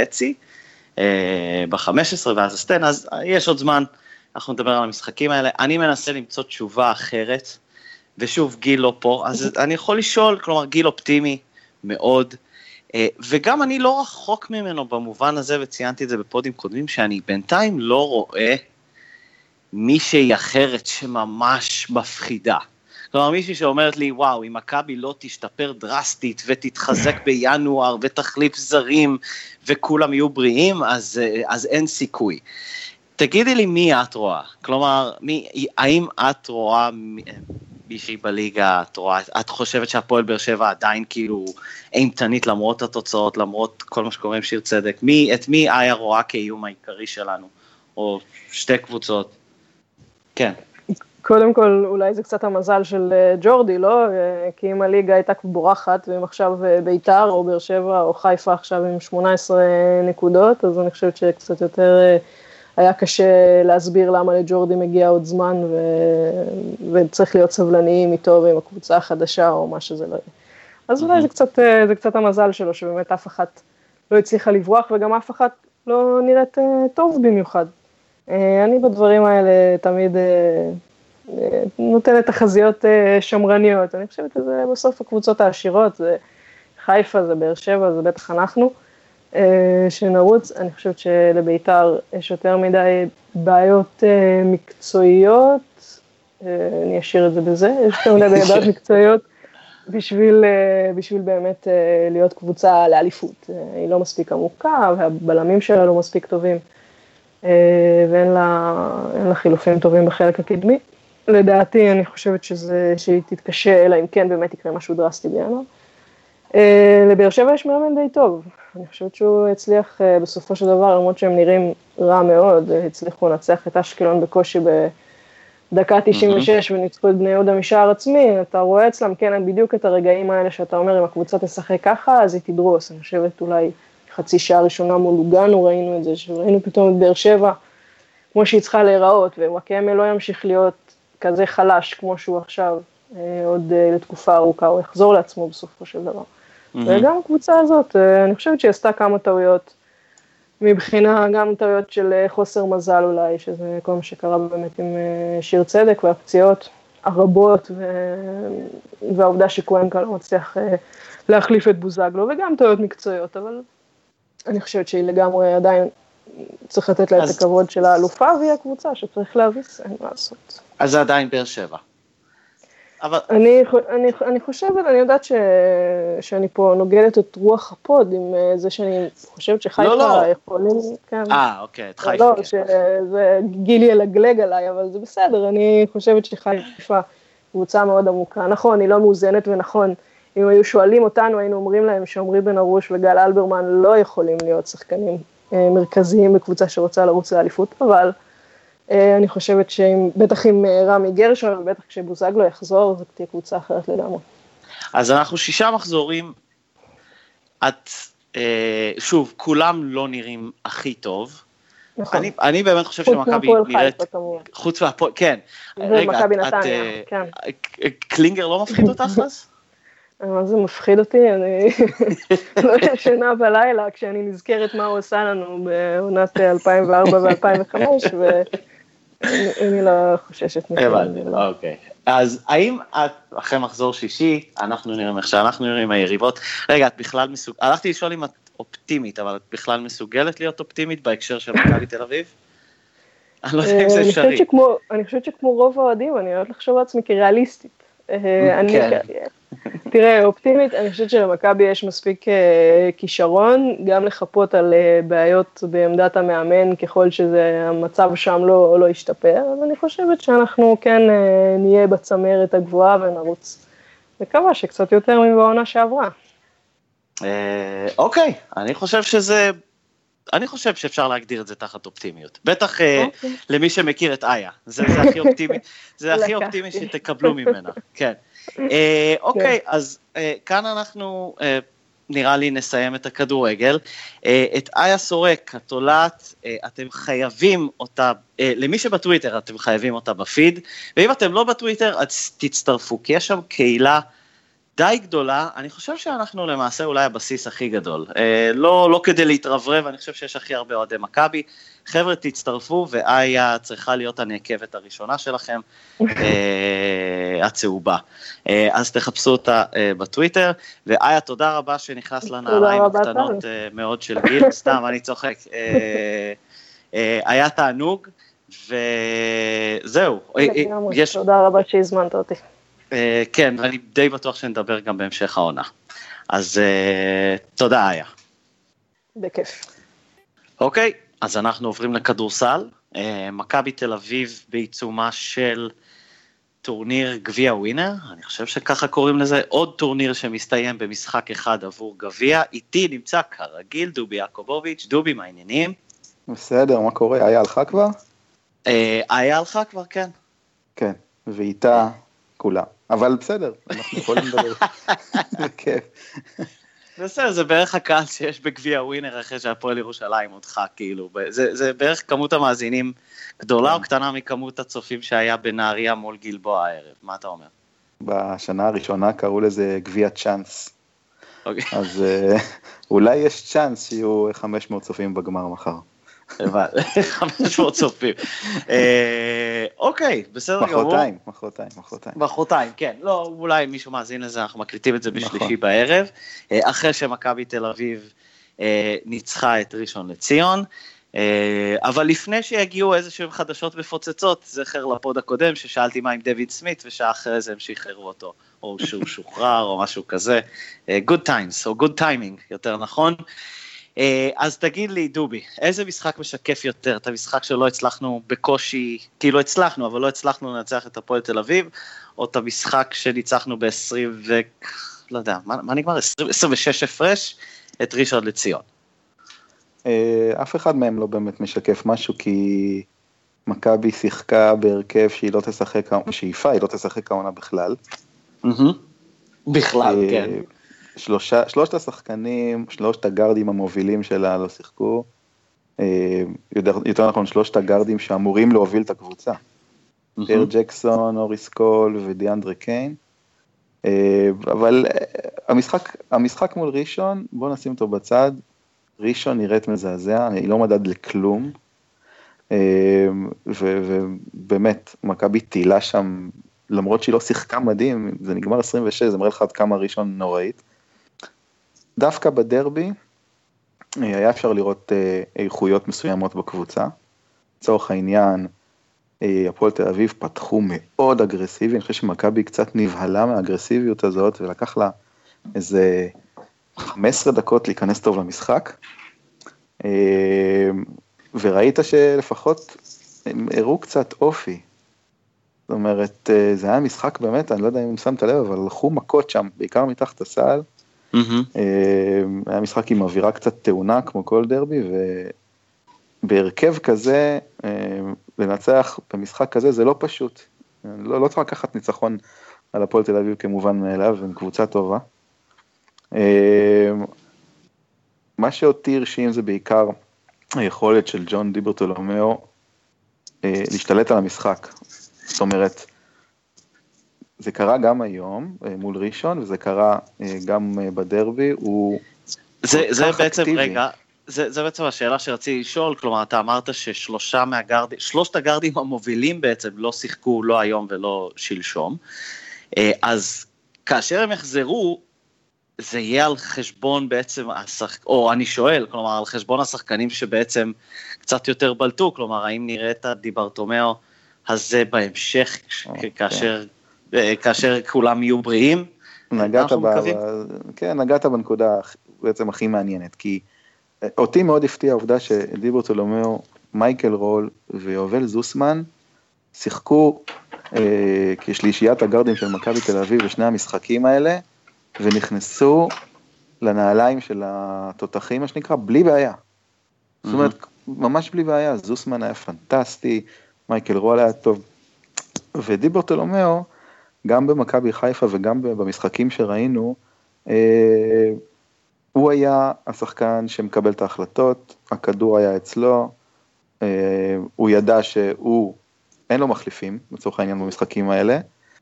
ב-15 ואז הסטן, אז יש עוד זמן, אנחנו נדבר על המשחקים האלה. אני מנסה למצוא תשובה אחרת, ושוב, גיל לא פה, אז אני יכול לשאול, כלומר, גיל אופטימי מאוד, וגם אני לא רחוק ממנו במובן הזה, וציינתי את זה בפודים קודמים, שאני בינתיים לא רואה מישהי אחרת שממש מפחידה. כלומר, מישהי שאומרת לי, וואו, אם מכבי לא תשתפר דרסטית, ותתחזק בינואר, ותחליף זרים, וכולם יהיו בריאים, אז אין סיכוי. תגידי לי מי את רואה, כלומר, האם את רואה מישהי בליגה, את חושבת שהפועל באר שבע עדיין כאילו אימתנית למרות התוצאות, למרות כל מה שקורה עם שיר צדק, את מי היה רואה כאיום העיקרי שלנו, או 2 קבוצות? כן. קודם כל, אולי זה קצת המזל של ג'ורדי, לא? כי אם הליגה הייתה בורחת, ואם עכשיו ביתר או באר שבע או חיפה עכשיו עם 18 נקודות, אז אני חושבת שקצת יותר היה קשה להסביר למה לג'ורדי מגיע עוד זמן, וצריך להיות סבלניים איתו ועם הקבוצה החדשה או מה שזה לא יהיה. אז אולי זה קצת המזל שלו, שבאמת אף אחת לא הצליחה לברוח, וגם אף אחת לא נראית טוב במיוחד. אני בדברים האלה תמיד נותנת תחזיות שמרניות. אני חושבת שזה בסוף הקבוצות העשירות, זה חיפה, זה באר שבע, זה בטח אנחנו. שנרוץ, אני חושבת שלביתר יש יותר מדי בעיות מקצועיות, אני אשאיר את זה בזה, יש כאן דעות מקצועיות בשביל באמת להיות קבוצה לאליפות. היא לא מספיק עמוקה, והבלמים שלה לא מספיק טובים, ואין לה חילופים טובים בחלק הקדמי. לדעתי, אני חושבת שהיא תתקשה, אלא אם כן באמת יקרה משהו דרסטי בינואר. לבאר שבע יש מאמן די טוב, אני חושבת שהוא הצליח בסופו של דבר, למרות שהם נראים רע מאוד, הצליחו לנצח את אשקלון בקושי בדקה 96 וניצחו את בני יהודה משער עצמי. אתה רואה אצלם כן בדיוק את הרגעים האלה שאתה אומר אם הקבוצה תשחק ככה אז היא תדרוס. אני חושבת אולי חצי שעה ראשונה מול לוגנו ראינו את זה, שראינו פתאום את באר שבע כמו שהיא צריכה להיראות, ווואקמה לא ימשיך להיות כזה חלש כמו שהוא עכשיו עוד לתקופה ארוכה, הוא יחזור לעצמו בסופו של דבר. וגם הקבוצה הזאת, אני חושבת שהיא עשתה כמה טעויות, מבחינה גם טעויות של חוסר מזל אולי, שזה כל מה שקרה באמת עם שיר צדק והפציעות הרבות, והעובדה שקוונקה לא מצליח להחליף את בוזגלו, וגם טעויות מקצועיות, אבל אני חושבת שהיא לגמרי עדיין צריך לתת לה את הכבוד של האלופה, והיא הקבוצה שצריך להביס, אין מה לעשות. אז זה עדיין באר שבע. אבל... אני חושבת, אני יודעת שאני פה נוגדת את רוח הפוד, עם זה שאני חושבת שחיפה יכולים... אוקיי, את חיפה. לא, שזה גילי ילגלג עליי, אבל זה בסדר, אני חושבת שחיפה קבוצה מאוד עמוקה. נכון, היא לא מאוזנת, ונכון, אם היו שואלים אותנו, היינו אומרים להם שעמרי בן ארוש וגל אלברמן לא יכולים להיות שחקנים מרכזיים בקבוצה שרוצה לרוץ לאליפות, אבל... אני חושבת בטח עם רמי גרשון, ובטח כשבוזגלו יחזור, זו תהיה קבוצה אחרת לגמרי. אז אנחנו 6 מחזורים, שוב, כולם לא נראים הכי טוב. נכון. אני באמת חושב שמכבי נראית, חוץ מהפועל, כן. ומכבי נתניה, כן. קלינגר לא מפחיד אותך אז? מה זה מפחיד אותי? אני לא ישנה בלילה כשאני נזכרת מה הוא עושה לנו בעונת 2004 ו-2005, ואני לא חוששת מכאן. אוקיי. אז האם את, אחרי מחזור שישי, אנחנו נראים איך שאנחנו נראים היריבות, רגע, את בכלל הלכתי לשאול אם את אופטימית, אבל את בכלל מסוגלת להיות אופטימית בהקשר של מכבי תל אביב? אני לא יודע אם זה אפשרי. אני חושבת שכמו רוב האוהדים, אני אוהבת לחשוב לעצמי כריאליסטית. תראה, אופטימית, אני חושבת שלמכבי יש מספיק כישרון, גם לחפות על בעיות בעמדת המאמן, ככל שזה המצב שם לא ישתפר, אז אני חושבת שאנחנו כן נהיה בצמרת הגבוהה ונרוץ. מקווה שקצת יותר מבעונה שעברה. אוקיי, אני חושב שאפשר להגדיר את זה תחת אופטימיות. בטח למי שמכיר את איה, זה הכי אופטימי שתקבלו ממנה, כן. אוקיי, אז כאן אנחנו נראה לי נסיים את הכדורגל. את איה סורק, התולעת, אתם חייבים אותה, למי שבטוויטר אתם חייבים אותה בפיד, ואם אתם לא בטוויטר אז תצטרפו, כי יש שם קהילה די גדולה, אני חושב שאנחנו למעשה אולי הבסיס הכי גדול, לא כדי להתרברב, אני חושב שיש הכי הרבה אוהדי מכבי, חבר'ה תצטרפו, ואיה צריכה להיות הנעקבת הראשונה שלכם, הצהובה, אז תחפשו אותה בטוויטר, ואיה תודה רבה שנכנס לנעליים הקטנות מאוד של גיל, סתם אני צוחק, היה תענוג, וזהו. תודה רבה שהזמנת אותי. כן, ואני די בטוח שנדבר גם בהמשך העונה. אז תודה, איה. בכיף. אוקיי, אז אנחנו עוברים לכדורסל. מכבי תל אביב בעיצומה של טורניר גביע ווינר, אני חושב שככה קוראים לזה, עוד טורניר שמסתיים במשחק אחד עבור גביע. איתי נמצא כרגיל דובי יעקובוביץ'. דובי, מה העניינים? בסדר, מה קורה? איה הלכה כבר? איה הלכה כבר, כן. כן, ואיתה... כולה, אבל בסדר, אנחנו יכולים לדבר, זה כיף. בסדר, זה בערך הקהל שיש בגביע ווינר אחרי שהפועל ירושלים הודחה, כאילו, זה בערך כמות המאזינים גדולה או קטנה מכמות הצופים שהיה בנהריה מול גלבוע הערב, מה אתה אומר? בשנה הראשונה קראו לזה גביע צ'אנס, אז אולי יש צ'אנס שיהיו 500 צופים בגמר מחר. 500 צופים. אוקיי, בסדר גמור. מחרתיים, כן. לא, אולי מישהו מאזין לזה, אנחנו מקליטים את זה בשלישי בערב, אחרי שמכבי תל אביב ניצחה את ראשון לציון. אבל לפני שיגיעו איזשהם חדשות מפוצצות, זכר לפוד הקודם ששאלתי מה עם דויד סמית, ושעה אחרי זה הם שחררו אותו, או שהוא שוחרר או משהו כזה, good times, או good timing, יותר נכון. אז תגיד לי, דובי, איזה משחק משקף יותר? את המשחק שלא הצלחנו בקושי, כאילו הצלחנו, אבל לא הצלחנו לנצח את הפועל תל אביב, או את המשחק שניצחנו ב-20 לא יודע, מה נגמר? 26 הפרש, את ראשון לציון. אף אחד מהם לא באמת משקף משהו, כי מכבי שיחקה בהרכב שהיא לא תשחק, שאיפה היא לא תשחק העונה בכלל. בכלל, כן. שלושת השחקנים, שלושת הגארדים המובילים שלה לא שיחקו, יותר נכון שלושת הגארדים שאמורים להוביל את הקבוצה. פיר ג'קסון, אוריס קול ודיאנדרה קיין. אבל המשחק מול ראשון, בואו נשים אותו בצד, ראשון נראית מזעזע, היא לא מדד לכלום, ובאמת, מכבי טילה שם, למרות שהיא לא שיחקה מדהים, זה נגמר 26, זה מראה לך עד כמה ראשון נוראית. דווקא בדרבי, היה אפשר לראות איכויות מסוימות בקבוצה, לצורך העניין, הפועל תל אביב פתחו מאוד אגרסיבי, אני חושב שמכבי קצת נבהלה מהאגרסיביות הזאת, ולקח לה איזה 15 דקות להיכנס טוב למשחק, וראית שלפחות הם הראו קצת אופי, זאת אומרת, זה היה משחק באמת, אני לא יודע אם שמת לב, אבל הלכו מכות שם, בעיקר מתחת הסל, היה משחק עם אווירה קצת טעונה, כמו כל דרבי, ובהרכב כזה, לנצח במשחק כזה, זה לא פשוט, לא צריך לקחת ניצחון על הפועל תל אביב כמובן מאליו, עם קבוצה טובה. מה שאותי הרשים זה בעיקר היכולת של ג'ון דיברטולומיאו להשתלט על המשחק. זאת אומרת, זה קרה גם היום מול ראשון, וזה קרה גם בדרבי, הוא זה בעצם, רגע, זה בעצם השאלה שרציתי לשאול, כלומר, אתה אמרת שלושת הגארדים המובילים בעצם לא שיחקו לא היום ולא שלשום, אז כאשר הם יחזרו, זה יהיה על חשבון בעצם, או אני שואל, כלומר, על חשבון השחקנים שבעצם קצת יותר בלטו, כלומר, האם נראה את הדיברטומאו הזה בהמשך, כאשר כולם יהיו בריאים? נגעת בנקודה בעצם הכי מעניינת, כי אותי מאוד הפתיע העובדה שדיברטולומיאו, מייקל רול ויובל זוסמן שיחקו כשלישיית הגארדים של מכבי תל אביב בשני המשחקים האלה, ונכנסו לנעליים של התותחים, מה שנקרא, בלי בעיה. זאת אומרת, ממש בלי בעיה, זוסמן היה פנטסטי, מייקל רול היה טוב, ודיברטולומיאו, גם במכבי חיפה וגם במשחקים שראינו, הוא היה השחקן שמקבל את ההחלטות, הכדור היה אצלו, הוא ידע שהוא, אין לו מחליפים, לצורך העניין במשחקים האלה,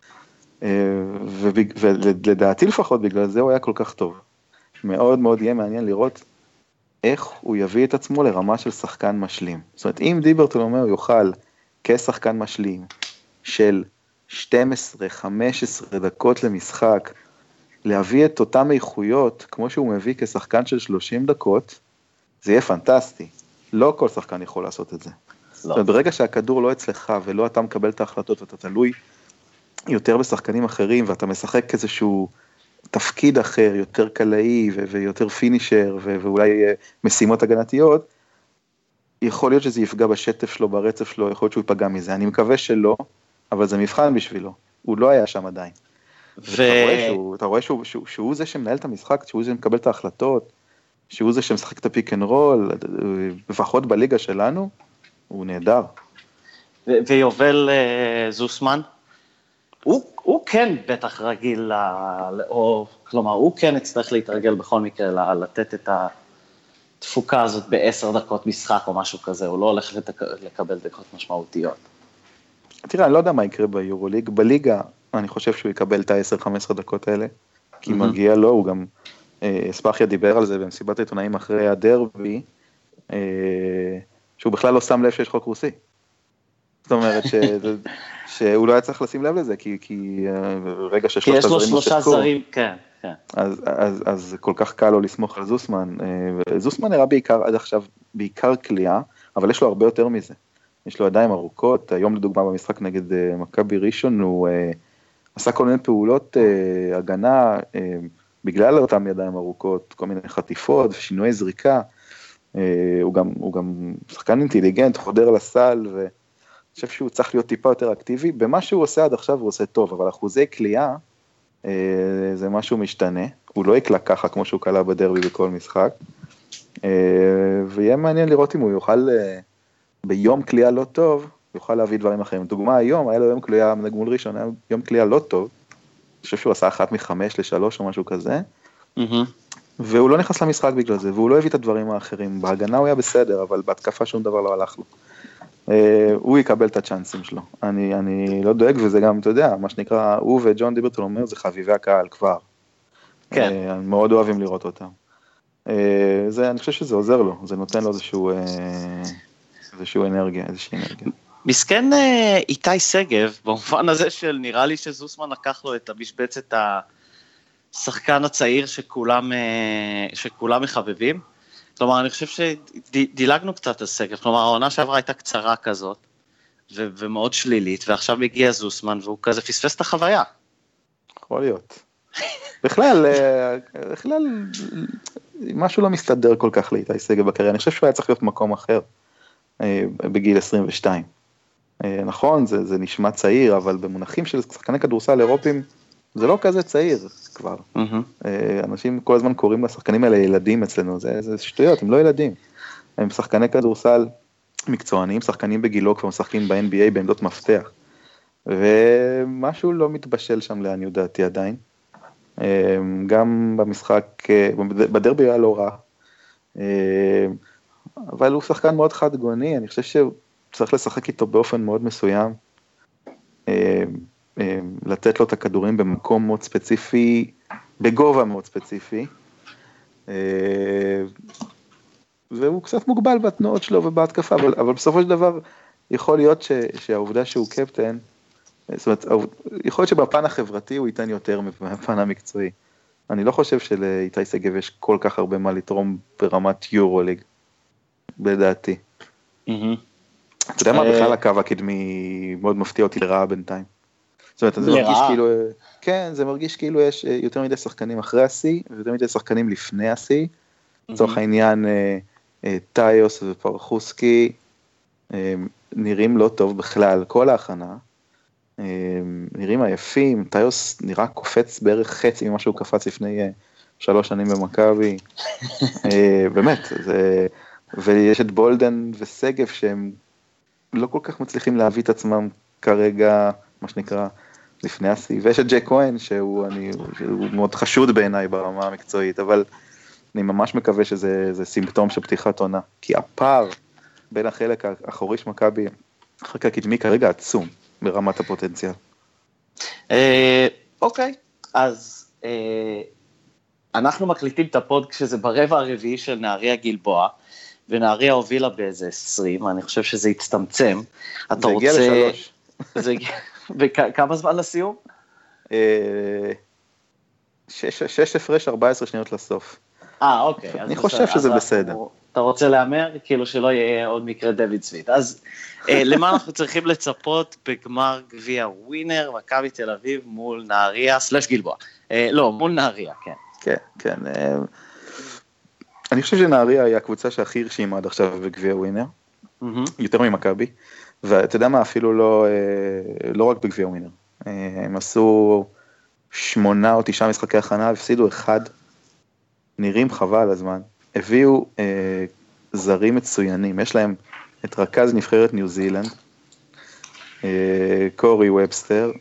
ולדעתי לפחות בגלל זה הוא היה כל כך טוב. מאוד מאוד יהיה מעניין לראות איך הוא יביא את עצמו לרמה של שחקן משלים. זאת אומרת, אם דיברטולומיאו יוכל כשחקן משלים של 12-15 דקות למשחק, להביא את אותם איכויות כמו שהוא מביא כשחקן של 30 דקות, זה יהיה פנטסטי. לא כל שחקן יכול לעשות את זה. זאת אומרת, ברגע שהכדור לא אצלך ולא אתה מקבל את ההחלטות ואתה תלוי יותר בשחקנים אחרים, ואתה משחק איזשהו תפקיד אחר, יותר קלעי ויותר פינישר, ואולי משימות הגנתיות, יכול להיות שזה יפגע בשטף שלו, ברצף שלו, יכול להיות שהוא ייפגע מזה. אני מקווה שלא, אבל זה מבחן בשבילו. הוא לא היה שם עדיין. אתה רואה שהוא זה שמנהל את המשחק, שהוא זה שמקבל את ההחלטות, שהוא זה שמשחק את הפיק אנד רול, לפחות בליגה שלנו, הוא נהדר. ויובל זוסמן? הוא כן בטח רגיל, או כלומר, הוא כן יצטרך להתרגל בכל מקרה, לתת את התפוקה הזאת ב10 דקות משחק או משהו כזה, הוא לא הולך לקבל דקות משמעותיות. תראה, אני לא יודע מה יקרה ביורוליג, בליגה אני חושב שהוא יקבל את ה10-15 דקות האלה, כי מגיע לו, הוא גם, ספחיה דיבר על זה במסיבת העיתונאים אחרי הדרבי, שהוא בכלל לא שם לב שיש חוק רוסי. זאת אומרת שהוא לא היה צריך לשים לב לזה, כי רגע ששלושת הזרים יש לו 3 זרים, כן. אז כל כך קל לו לסמוך על זוסמן. זוסמן נראה בעיקר, עד עכשיו, בעיקר קליעה, אבל יש לו הרבה יותר מזה. יש לו ידיים ארוכות, היום לדוגמה במשחק נגד מכבי ראשון, הוא עשה כל מיני פעולות הגנה, בגלל אותם ידיים ארוכות, כל מיני חטיפות ושינויי זריקה, הוא גם שחקן אינטליגנט, חודר לסל, ואני חושב שהוא צריך להיות טיפה יותר אקטיבי, במה שהוא עושה עד עכשיו הוא עושה טוב, אבל אחוזי קליעה, זה משהו משתנה, הוא לא יקלע ככה כמו שהוא קלע בדרבי בכל משחק, ויהיה מעניין לראות אם הוא יוכל ביום קליעה לא טוב, יוכל להביא דברים אחרים. דוגמה היום, היה לו יום קליעה מול ראשון, היה יום קליעה לא טוב, אני חושב שהוא עשה 1 מ-5 ל-3 או משהו כזה, והוא לא נכנס למשחק בגלל זה, והוא לא הביא את הדברים האחרים, בהגנה הוא היה בסדר, אבל בהתקפה שום דבר לא הלך לו. הוא יקבל את הצ'אנסים שלו, אני לא דואג, וזה גם, אתה יודע, מה שנקרא, הוא וג'ון דיברטון אומר, זה חביבי הקהל כבר. כן. מאוד אוהבים לראות אותם. אני חושב שזה עוזר לו, זה נותן לו איזושהי אנרגיה. מסכן איתי סגב, במובן הזה של נראה לי שזוסמן לקח לו את המשבצת השחקן הצעיר שכולם מחבבים, כלומר אני חושב שדילגנו קצת על סגב, כלומר העונה שעברה הייתה קצרה כזאת, ומאוד שלילית, ועכשיו מגיע זוסמן והוא כזה פספס את החוויה. יכול להיות. בכלל, משהו לא מסתדר כל כך לאיתי סגב בקריירה, אני חושב שהוא היה צריך להיות מקום אחר, בגיל 22. נכון, זה נשמע צעיר, אבל במונחים של שחקני כדורסל אירופים, זה לא כזה צעיר כבר. אנשים כל הזמן קוראים לשחקנים האלה ילדים אצלנו, זה שטויות, הם לא ילדים. הם שחקני כדורסל מקצוענים, שחקנים בגילו כבר משחקים ב-NBA בעמדות מפתח. ומשהו לא מתבשל שם לעניות דעתי עדיין. גם במשחק, בדרבי היה לא רע. אבל הוא שחקן מאוד חד גוני, אני חושב שצריך לשחק איתו באופן מאוד מסוים. לתת לו את הכדורים במקום מאוד ספציפי, בגובה מאוד ספציפי, והוא קצת מוגבל בתנועות שלו ובהתקפה, אבל בסופו של דבר יכול להיות שהעובדה שהוא קפטן, זאת אומרת, יכול להיות שבפן החברתי הוא ייתן יותר מהפן המקצועי. אני לא חושב שלאיתי סגב יש כל כך הרבה מה לתרום ברמת יורוליג, בדעתי. אתה יודע מה, בכלל הקו הקדמי מאוד מפתיע אותי לרעה בינתיים. זאת אומרת, זה מרגיש כאילו, כן, זה מרגיש כאילו יש יותר מדי שחקנים אחרי השיא, ויותר מדי שחקנים לפני השיא, לצורך העניין, טיוס ופרחוסקי, נראים לא טוב בכלל, כל ההכנה, נראים עייפים, טיוס נראה קופץ בערך חצי ממה שהוא קפץ לפני 3 שנים במכבי, באמת, ויש את בולדן וסגב שהם לא כל כך מצליחים להביא את עצמם כרגע, מה שנקרא, לפני השיא, ויש את ג'ק כהן, שהוא מאוד חשוד בעיניי ברמה המקצועית, אבל אני ממש מקווה שזה סימפטום של פתיחת עונה, כי הפער בין החלק האחורי של מכבי, החלק הקדמי כרגע עצום, ברמת הפוטנציאל. אוקיי, אז אנחנו מקליטים את הפוד כשזה ברבע הרביעי של נהריה גלבוע, ונהריה הובילה באיזה 20, אני חושב שזה הצטמצם. זה הגיע ל3. וכמה זמן לסיום? 6 הפרש, 14 שניות לסוף. אוקיי. אני חושב שזה בסדר. אתה רוצה לאמר? כאילו שלא יהיה עוד מקרה דויד סוויט. אז למה אנחנו צריכים לצפות בגמר גביע ווינר, מכבי תל אביב מול נהריה, /גלבוע. לא, מול נהריה, כן. כן. אני חושב שנהריה היא הקבוצה שהכי הרשימה עד עכשיו בגביע ווינר, יותר ממכבי, ואתה יודע מה, אפילו לא רק בגביע ווינר. הם עשו 8 או 9 משחקי הכנה, הפסידו 1, נראים חבל הזמן, הביאו זרים מצוינים, יש להם את רכז נבחרת ניו זילנד, קורי ובסטר.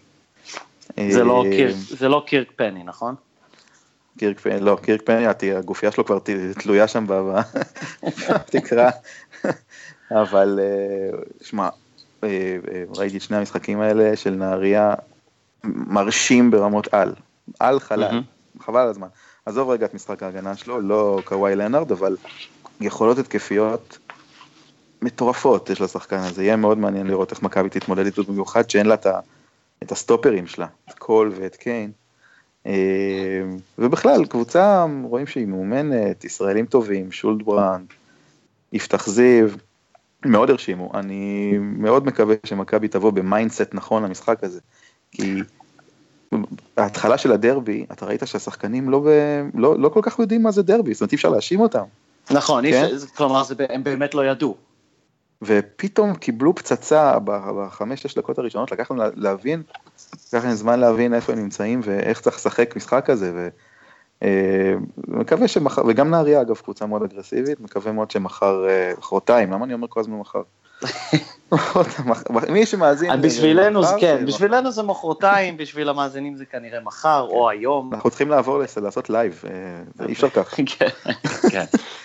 זה לא קירק פני, נכון? קירק פני, הגופייה שלו כבר תלויה שם בתקרה, אבל שמע, ראיתי את 2 המשחקים האלה של נהריה, מרשים ברמות על חלל, חבל על הזמן. עזוב רגע את משחק ההגנה שלו, לא קוואי לנארד, אבל יכולות התקפיות מטורפות יש לשחקן הזה, יהיה מאוד מעניין לראות איך מכבי תתמודד איתו במיוחד, שאין לה את הסטופרים שלה, את קול ואת קיין, ובכלל, קבוצה רואים שהיא מאומנת, ישראלים טובים, שולדברנד, יפתח זיו, מאוד הרשימו, אני מאוד מקווה שמכבי תבוא במיינדסט נכון למשחק הזה, כי ההתחלה של הדרבי, אתה ראית שהשחקנים לא כל כך יודעים מה זה דרבי, זאת אומרת אי אפשר להאשים אותם. נכון, כלומר הם באמת לא ידעו. ופתאום קיבלו פצצה ב5-6 דקות הראשונות, לקח להם להבין, לקח להם זמן להבין איפה הם נמצאים ואיך צריך לשחק משחק כזה, ומקווה שמחר, וגם נהריה אגב קבוצה מאוד אגרסיבית, מקווה מאוד שמחר, מחרתיים, למה אני אומר כל הזמן מחר? מי שמאזין... בשבילנו זה מחרתיים, בשביל המאזינים זה כנראה מחר או היום. אנחנו צריכים לעבור לעשות לייב, אי אפשר כך. כן.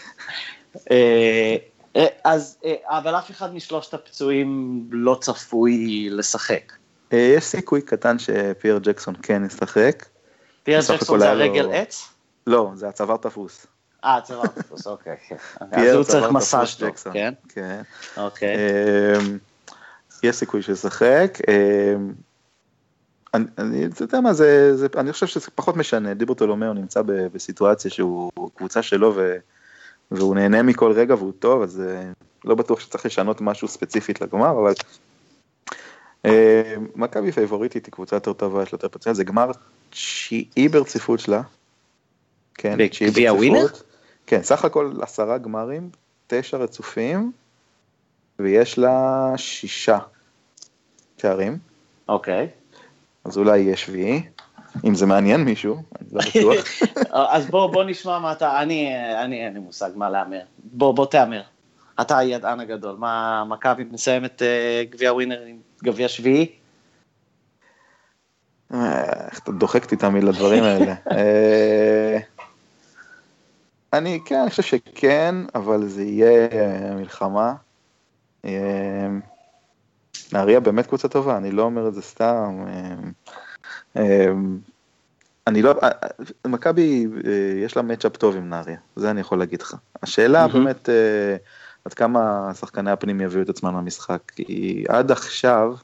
אז, אבל אף אחד משלושת הפצועים לא צפוי לשחק. יש סיכוי קטן שפייר ג'קסון כן ישחק. פייר ג'קסון זה הרגל עץ? לא, זה הצוואר תפוס. הצוואר תפוס, אוקיי. אז הוא צריך מסאז' טוב, כן? כן. אוקיי. יש סיכוי שישחק. אני חושב שזה פחות משנה, דיברטולומיאו נמצא בסיטואציה שהוא קבוצה שלו והוא נהנה מכל רגע והוא טוב, אז לא בטוח שצריך לשנות משהו ספציפית לגמר, אבל מכבי פייבוריטית היא קבוצה יותר טובה, יש לה יותר פוטנציאל, זה גמר 9 ברציפות שלה. כן, בגביע ווינר? כן, סך הכל 10 גמרים, 9 רצופים, ויש לה 6 שערים. אוקיי. אז אולי יהיה שביעי, אם זה מעניין מישהו, אני לא בטוח. אז בוא נשמע מה אתה, אין לי מושג מה לאמר. בוא תאמר. אתה הידען הגדול, מה מכבי מסיים את גביע ווינר עם גביע שביעי? איך אתה דוחקת תמיד לדברים האלה. אני חושב שכן, אבל זה יהיה מלחמה. נהריה באמת קבוצה טובה, אני לא אומר את זה סתם. אני לא, מכבי יש לה מצ'אפ טוב עם נהריה, זה אני יכול להגיד לך. השאלה באמת, עד כמה שחקני הפנים יביאו את עצמם למשחק, כי עד עכשיו,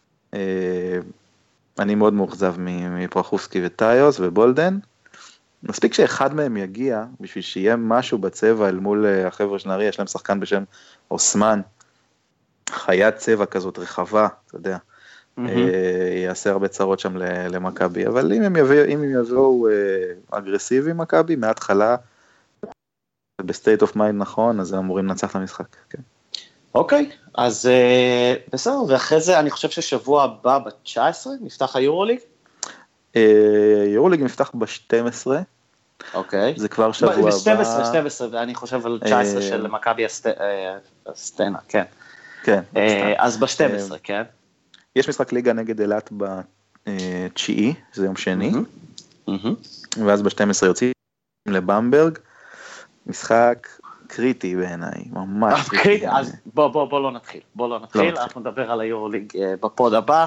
אני מאוד מאוכזב מפרחובסקי וטיוס ובולדן, מספיק שאחד מהם יגיע, בשביל שיהיה משהו בצבע אל מול החבר'ה של נהריה, יש להם שחקן בשם אוסמן, חיית צבע כזאת רחבה, אתה יודע, יעשה הרבה צרות שם למכבי, אבל אם הם יביאו אגרסיבי מכבי, מההתחלה, בסטייט אוף מיינד נכון, אז הם אמורים לנצח את המשחק, כן. אוקיי, אז בסדר, ואחרי זה אני חושב ששבוע הבא ב-19 נפתח היורוליג? יורוליג נפתח ב-12, אוקיי. זה כבר שבוע הבא. ב-12, ואני חושב על 19 של מכבי הסטנה, כן. כן. אז ב-12, כן. יש משחק ליגה נגד אילת ב-9, זה יום שני, ואז ב-12 יוצאים לבמברג, משחק קריטי בעיניי, ממש קריטי. אז בוא לא נתחיל, אנחנו נדבר על היורוליג בפוד הבא.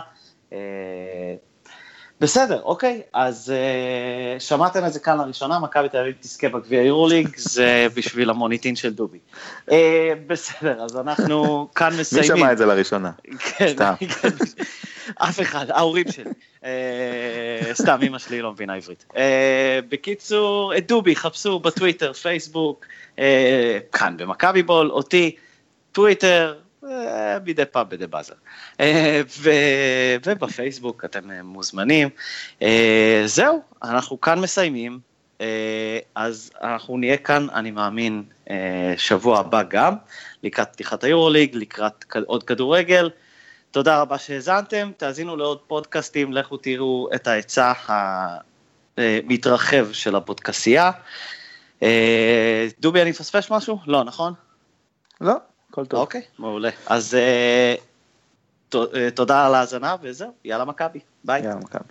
בסדר, אוקיי, אז שמעתם את זה כאן לראשונה, מכבי תל אביב תזכה בגביע היורוליג, זה בשביל המוניטין של דובי. בסדר, אז אנחנו כאן מסיימים. מי שמע את זה לראשונה? סתם. אף אחד, ההורים שלי. סתם, אמא שלי לא מבינה עברית. בקיצור, את דובי, חפשו בטוויטר, פייסבוק, כאן במכבי בול, אותי, טוויטר, בידי פעם בידי באזר. ובפייסבוק אתם מוזמנים. זהו, אנחנו כאן מסיימים, אז אנחנו נהיה כאן, אני מאמין, שבוע הבא גם, לקראת פתיחת היורוליג, לקראת עוד כדורגל. תודה רבה שהזנתם, תאזינו לעוד פודקאסטים, לכו תראו את ההיצע המתרחב של הפודקאסייה. דובי, אני מפספס משהו? לא, נכון? לא. כל טוב. אוקיי, מעולה. אז תודה על ההאזנה וזהו, יאללה מכבי. ביי. יאללה מכבי.